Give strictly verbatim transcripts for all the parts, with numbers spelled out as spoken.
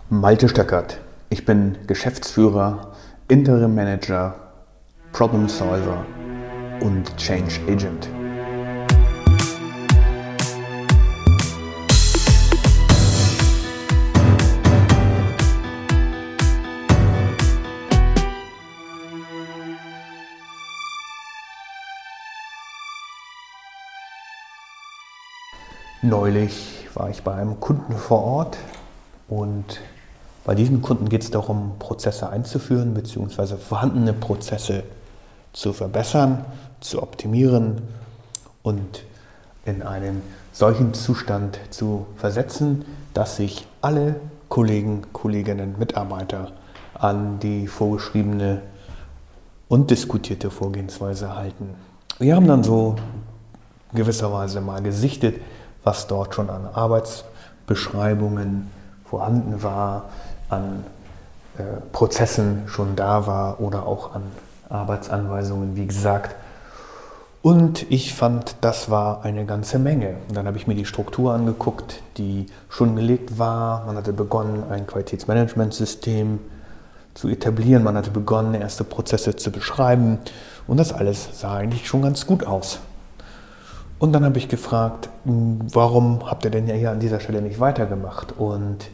Malte Stöckert. Ich bin Geschäftsführer, Interim Manager, Problem Solver und Change Agent. Neulich war ich bei einem Kunden vor Ort und bei diesem Kunden geht es darum, Prozesse einzuführen bzw. vorhandene Prozesse zu verbessern, zu optimieren und in einen solchen Zustand zu versetzen, dass sich alle Kollegen, Kolleginnen, Mitarbeiter an die vorgeschriebene und diskutierte Vorgehensweise halten. Wir haben dann so gewisserweise mal gesichtet, was dort schon an Arbeitsbeschreibungen vorhanden war, an äh, Prozessen schon da war oder auch an Arbeitsanweisungen, wie gesagt. Und ich fand, das war eine ganze Menge. Und dann habe ich mir die Struktur angeguckt, die schon gelegt war. Man hatte begonnen, ein Qualitätsmanagementsystem zu etablieren. Man hatte begonnen, erste Prozesse zu beschreiben. Und das alles sah eigentlich schon ganz gut aus. Und dann habe ich gefragt, warum habt ihr denn hier an dieser Stelle nicht weitergemacht? Und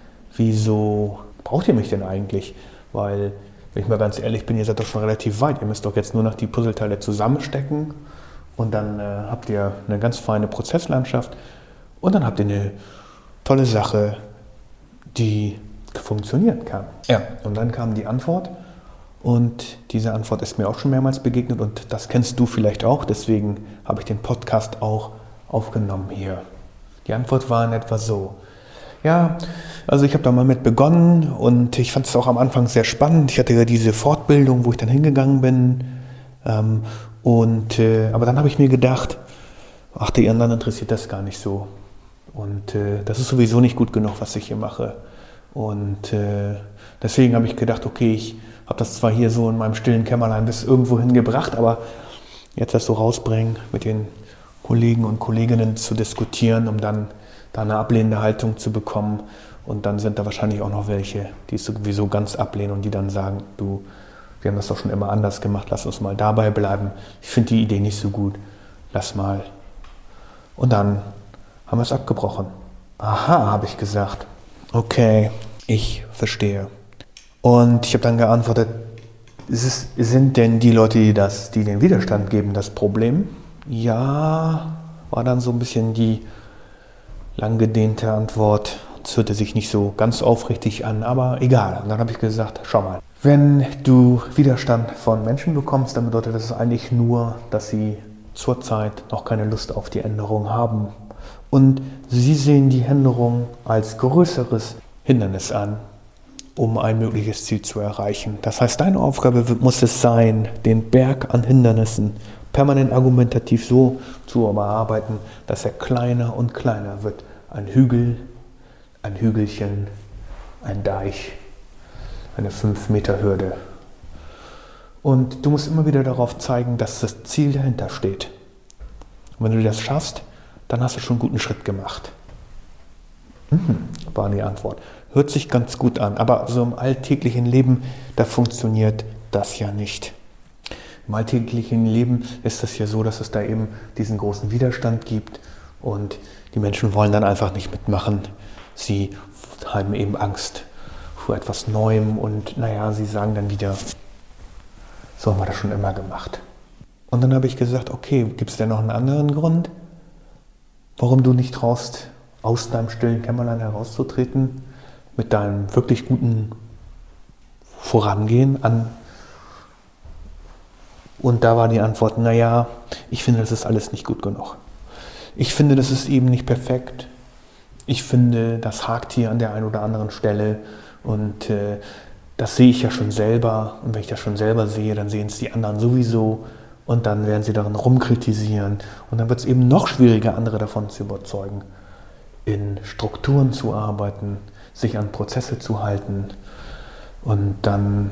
wieso braucht ihr mich denn eigentlich? Weil, wenn ich mal ganz ehrlich bin, ihr seid doch schon relativ weit. Ihr müsst doch jetzt nur noch die Puzzleteile zusammenstecken und dann äh, habt ihr eine ganz feine Prozesslandschaft und dann habt ihr eine tolle Sache, die funktionieren kann. Ja, und dann kam die Antwort und diese Antwort ist mir auch schon mehrmals begegnet und das kennst du vielleicht auch, deswegen habe ich den Podcast auch aufgenommen hier. Die Antwort war in etwa so. Ja, also ich habe da mal mit begonnen und ich fand es auch am Anfang sehr spannend. Ich hatte ja diese Fortbildung, wo ich dann hingegangen bin. Ähm, und, äh, aber dann habe ich mir gedacht, ach, die anderen interessiert das gar nicht so. Und äh, das ist sowieso nicht gut genug, was ich hier mache. Und äh, deswegen habe ich gedacht, okay, ich habe das zwar hier so in meinem stillen Kämmerlein bis irgendwo hingebracht, aber jetzt das so rausbringen, mit den Kollegen und Kolleginnen zu diskutieren, um dann da eine ablehnende Haltung zu bekommen. Und dann sind da wahrscheinlich auch noch welche, die es sowieso ganz ablehnen und die dann sagen, du, wir haben das doch schon immer anders gemacht, lass uns mal dabei bleiben. Ich finde die Idee nicht so gut, lass mal. Und dann haben wir es abgebrochen. Aha, habe ich gesagt. Okay, ich verstehe. Und ich habe dann geantwortet, ist es, sind denn die Leute, die, das, die den Widerstand geben, das Problem? Ja, war dann so ein bisschen die langgedehnte Antwort. Es hörte sich nicht so ganz aufrichtig an, aber egal. Und dann habe ich gesagt, schau mal, wenn du Widerstand von Menschen bekommst, dann bedeutet das eigentlich nur, dass sie zurzeit noch keine Lust auf die Änderung haben. Und sie sehen die Änderung als größeres Hindernis an, um ein mögliches Ziel zu erreichen. Das heißt, deine Aufgabe muss es sein, den Berg an Hindernissen permanent argumentativ so zu bearbeiten, dass er kleiner und kleiner wird. Ein Hügel, ein Hügelchen, ein Deich, eine fünf Meter Hürde. Und du musst immer wieder darauf zeigen, dass das Ziel dahinter steht. Und wenn du das schaffst, dann hast du schon einen guten Schritt gemacht. Mhm, war die Antwort. Hört sich ganz gut an, aber so im alltäglichen Leben, da funktioniert das ja nicht. Im alltäglichen Leben ist es ja so, dass es da eben diesen großen Widerstand gibt und die Menschen wollen dann einfach nicht mitmachen. Sie haben eben Angst vor etwas Neuem und naja, sie sagen dann wieder, so haben wir das schon immer gemacht. Und dann habe ich gesagt, okay, gibt es denn noch einen anderen Grund, warum du nicht traust, aus deinem stillen Kämmerlein herauszutreten, mit deinem wirklich guten Vorangehen an. Und da war die Antwort, naja, ich finde, das ist alles nicht gut genug. Ich finde, das ist eben nicht perfekt. Ich finde, das hakt hier an der einen oder anderen Stelle und äh, das sehe ich ja schon selber. Und wenn ich das schon selber sehe, dann sehen es die anderen sowieso und dann werden sie darin rumkritisieren. Und dann wird es eben noch schwieriger, andere davon zu überzeugen, in Strukturen zu arbeiten, sich an Prozesse zu halten und dann,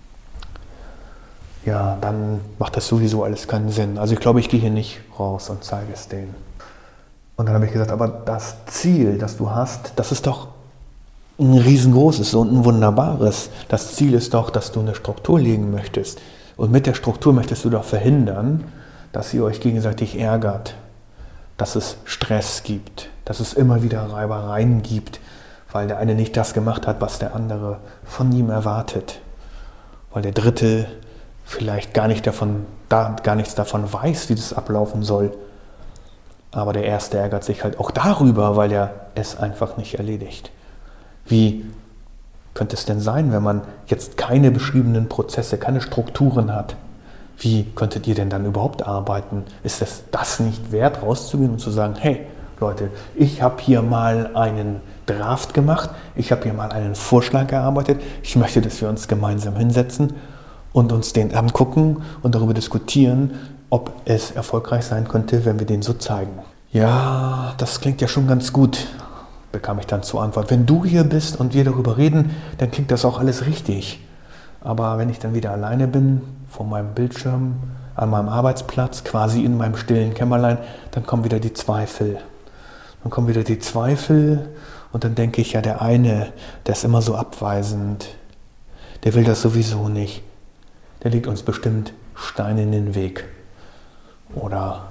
ja, dann macht das sowieso alles keinen Sinn. Also ich glaube, ich gehe hier nicht raus und zeige es denen. Und dann habe ich gesagt, aber das Ziel, das du hast, das ist doch ein riesengroßes und ein wunderbares. Das Ziel ist doch, dass du eine Struktur legen möchtest. Und mit der Struktur möchtest du doch verhindern, dass ihr euch gegenseitig ärgert, dass es Stress gibt, dass es immer wieder Reibereien gibt, weil der eine nicht das gemacht hat, was der andere von ihm erwartet. Weil der Dritte vielleicht gar, nicht davon, da, gar nichts davon weiß, wie das ablaufen soll. Aber der Erste ärgert sich halt auch darüber, weil er es einfach nicht erledigt. Wie könnte es denn sein, wenn man jetzt keine beschriebenen Prozesse, keine Strukturen hat? Wie könntet ihr denn dann überhaupt arbeiten? Ist es das nicht wert, rauszugehen und zu sagen, hey Leute, ich habe hier mal einen Draft gemacht, ich habe hier mal einen Vorschlag erarbeitet, ich möchte, dass wir uns gemeinsam hinsetzen und uns den angucken und darüber diskutieren, ob es erfolgreich sein könnte, wenn wir den so zeigen. Ja, das klingt ja schon ganz gut, bekam ich dann zur Antwort. Wenn du hier bist und wir darüber reden, dann klingt das auch alles richtig. Aber wenn ich dann wieder alleine bin, vor meinem Bildschirm, an meinem Arbeitsplatz, quasi in meinem stillen Kämmerlein, dann kommen wieder die Zweifel. Dann kommen wieder die Zweifel und dann denke ich, ja, der eine, der ist immer so abweisend, der will das sowieso nicht. Der legt uns bestimmt Steine in den Weg oder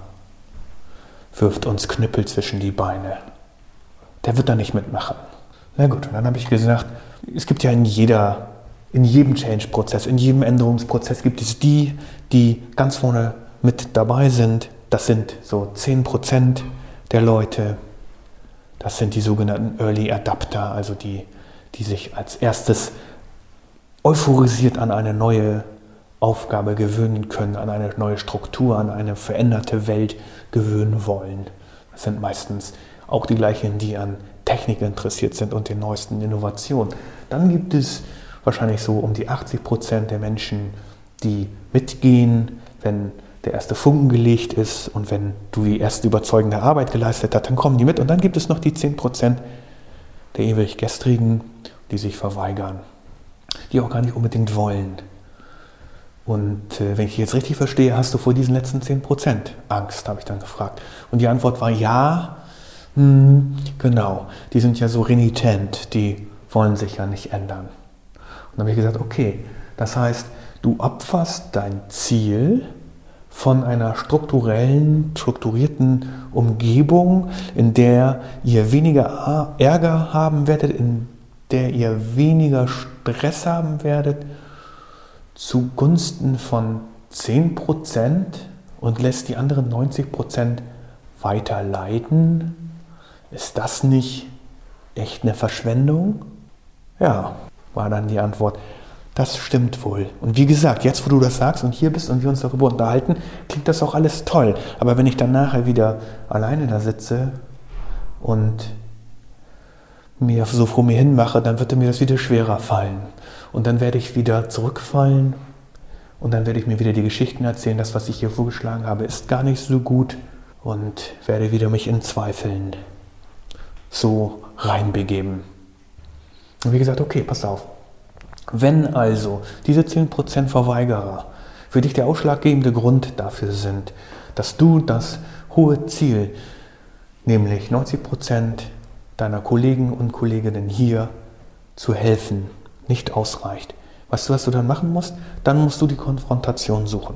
wirft uns Knüppel zwischen die Beine. Der wird da nicht mitmachen. Na gut, und dann habe ich gesagt, es gibt ja in jeder, in jedem Change-Prozess, in jedem Änderungsprozess gibt es die, die ganz vorne mit dabei sind. Das sind so zehn Prozent der Leute. Das sind die sogenannten Early Adapter, also die, die sich als erstes euphorisiert an eine neue Aufgabe gewöhnen können, an eine neue Struktur, an eine veränderte Welt gewöhnen wollen. Das sind meistens auch die gleichen, die an Technik interessiert sind und den neuesten Innovationen. Dann gibt es wahrscheinlich so um die achtzig Prozent der Menschen, die mitgehen, wenn der erste Funken gelegt ist und wenn du die erste überzeugende Arbeit geleistet hast, dann kommen die mit. Und dann gibt es noch die zehn Prozent der ewig Gestrigen, die sich verweigern, die auch gar nicht unbedingt wollen. Und äh, wenn ich jetzt richtig verstehe, hast du vor diesen letzten zehn Prozent Angst, habe ich dann gefragt. Und die Antwort war ja, mh, genau, die sind ja so renitent, die wollen sich ja nicht ändern. Und dann habe ich gesagt, okay, das heißt, du opferst dein Ziel von einer strukturellen, strukturierten Umgebung, in der ihr weniger Ärger haben werdet, in der ihr weniger Stress haben werdet, zugunsten von zehn Prozent und lässt die anderen neunzig Prozent weiter leiden? Ist das nicht echt eine Verschwendung? Ja, war dann die Antwort. Das stimmt wohl. Und wie gesagt, jetzt wo du das sagst und hier bist und wir uns darüber unterhalten, klingt das auch alles toll. Aber wenn ich dann nachher wieder alleine da sitze und mir so vor mir hin mache, dann wird mir das wieder schwerer fallen. Und dann werde ich wieder zurückfallen und dann werde ich mir wieder die Geschichten erzählen, das, was ich hier vorgeschlagen habe, ist gar nicht so gut und werde wieder mich in Zweifeln so reinbegeben. Und wie gesagt, okay, pass auf. Wenn also diese zehn Prozent Verweigerer für dich der ausschlaggebende Grund dafür sind, dass du das hohe Ziel, nämlich neunzig Prozent deiner Kollegen und Kolleginnen hier zu helfen, nicht ausreicht, weißt du, was du dann machen musst? Dann musst du die Konfrontation suchen.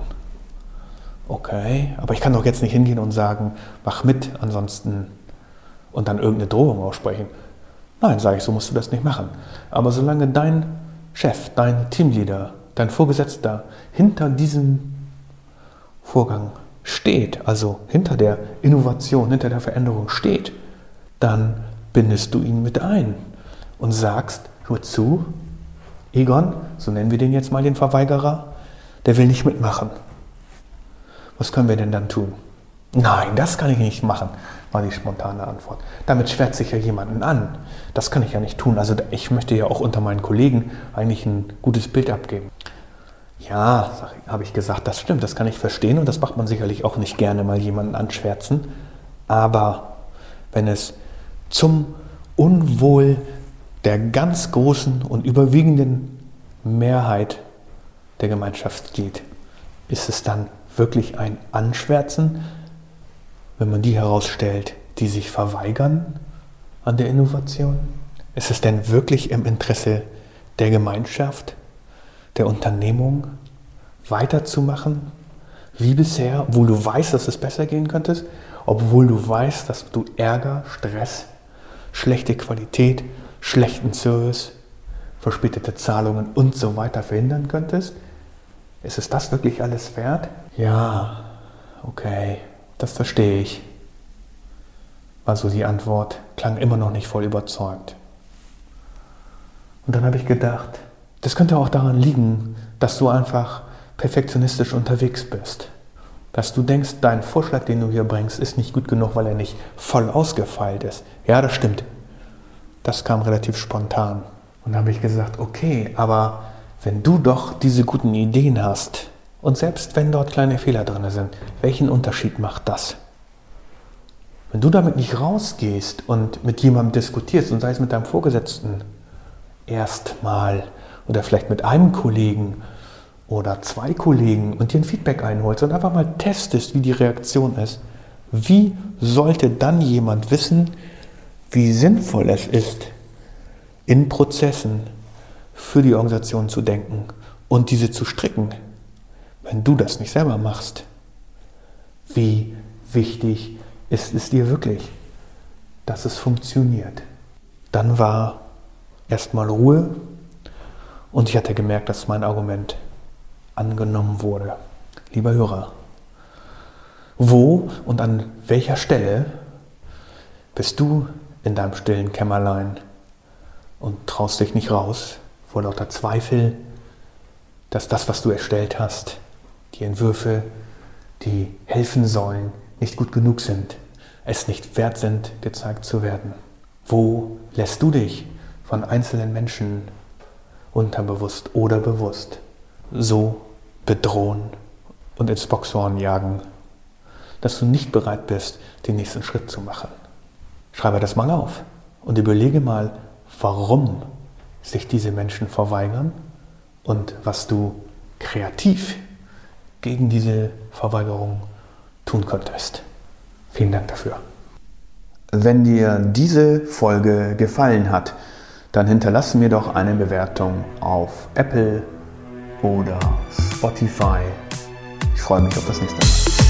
Okay, aber ich kann doch jetzt nicht hingehen und sagen, mach mit, ansonsten und dann irgendeine Drohung aussprechen. Nein, sage ich, so musst du das nicht machen. Aber solange dein Chef, dein Teamleader, dein Vorgesetzter hinter diesem Vorgang steht, also hinter der Innovation, hinter der Veränderung steht, dann bindest du ihn mit ein und sagst, hör zu, Egon, so nennen wir den jetzt mal den Verweigerer, der will nicht mitmachen. Was können wir denn dann tun? Nein, das kann ich nicht machen, war die spontane Antwort. Damit schwärzt sich ja jemanden an. Das kann ich ja nicht tun. Also ich möchte ja auch unter meinen Kollegen eigentlich ein gutes Bild abgeben. Ja, habe ich gesagt, das stimmt, das kann ich verstehen und das macht man sicherlich auch nicht gerne, mal jemanden anschwärzen. Aber wenn es zum Unwohl der ganz großen und überwiegenden Mehrheit der Gemeinschaft geht, ist es dann wirklich ein Anschwärzen, wenn man die herausstellt, die sich verweigern an der Innovation? Ist es denn wirklich im Interesse der Gemeinschaft, der Unternehmung, weiterzumachen, wie bisher, obwohl du weißt, dass es besser gehen könnte, obwohl du weißt, dass du Ärger, Stress, schlechte Qualität, schlechten Service, verspätete Zahlungen und so weiter verhindern könntest? Ist es das wirklich alles wert? Ja, okay, das verstehe ich. War so die Antwort, klang immer noch nicht voll überzeugt. Und dann habe ich gedacht, das könnte auch daran liegen, dass du einfach perfektionistisch unterwegs bist. Dass du denkst, dein Vorschlag, den du hier bringst, ist nicht gut genug, weil er nicht voll ausgefeilt ist. Ja, das stimmt. Das kam relativ spontan. Und dann habe ich gesagt, okay, aber wenn du doch diese guten Ideen hast und selbst wenn dort kleine Fehler drin sind, welchen Unterschied macht das? Wenn du damit nicht rausgehst und mit jemandem diskutierst und sei es mit deinem Vorgesetzten erstmal oder vielleicht mit einem Kollegen oder zwei Kollegen und dir ein Feedback einholst und einfach mal testest, wie die Reaktion ist, wie sollte dann jemand wissen, wie sinnvoll es ist, in Prozessen für die Organisation zu denken und diese zu stricken, wenn du das nicht selber machst? Wie wichtig ist es dir wirklich, dass es funktioniert? Dann war erstmal Ruhe und ich hatte gemerkt, dass mein Argument angenommen wurde. Lieber Hörer, wo und an welcher Stelle bist du in deinem stillen Kämmerlein und traust dich nicht raus vor lauter Zweifel, dass das, was du erstellt hast, die Entwürfe, die helfen sollen, nicht gut genug sind, es nicht wert sind, gezeigt zu werden? Wo lässt du dich von einzelnen Menschen unterbewusst oder bewusst so bedrohen und ins Boxhorn jagen, dass du nicht bereit bist, den nächsten Schritt zu machen? Schreibe das mal auf und überlege mal, warum sich diese Menschen verweigern und was du kreativ gegen diese Verweigerung tun könntest. Vielen Dank dafür. Wenn dir diese Folge gefallen hat, dann hinterlasse mir doch eine Bewertung auf Apple oder Spotify. Ich freue mich auf das nächste Mal.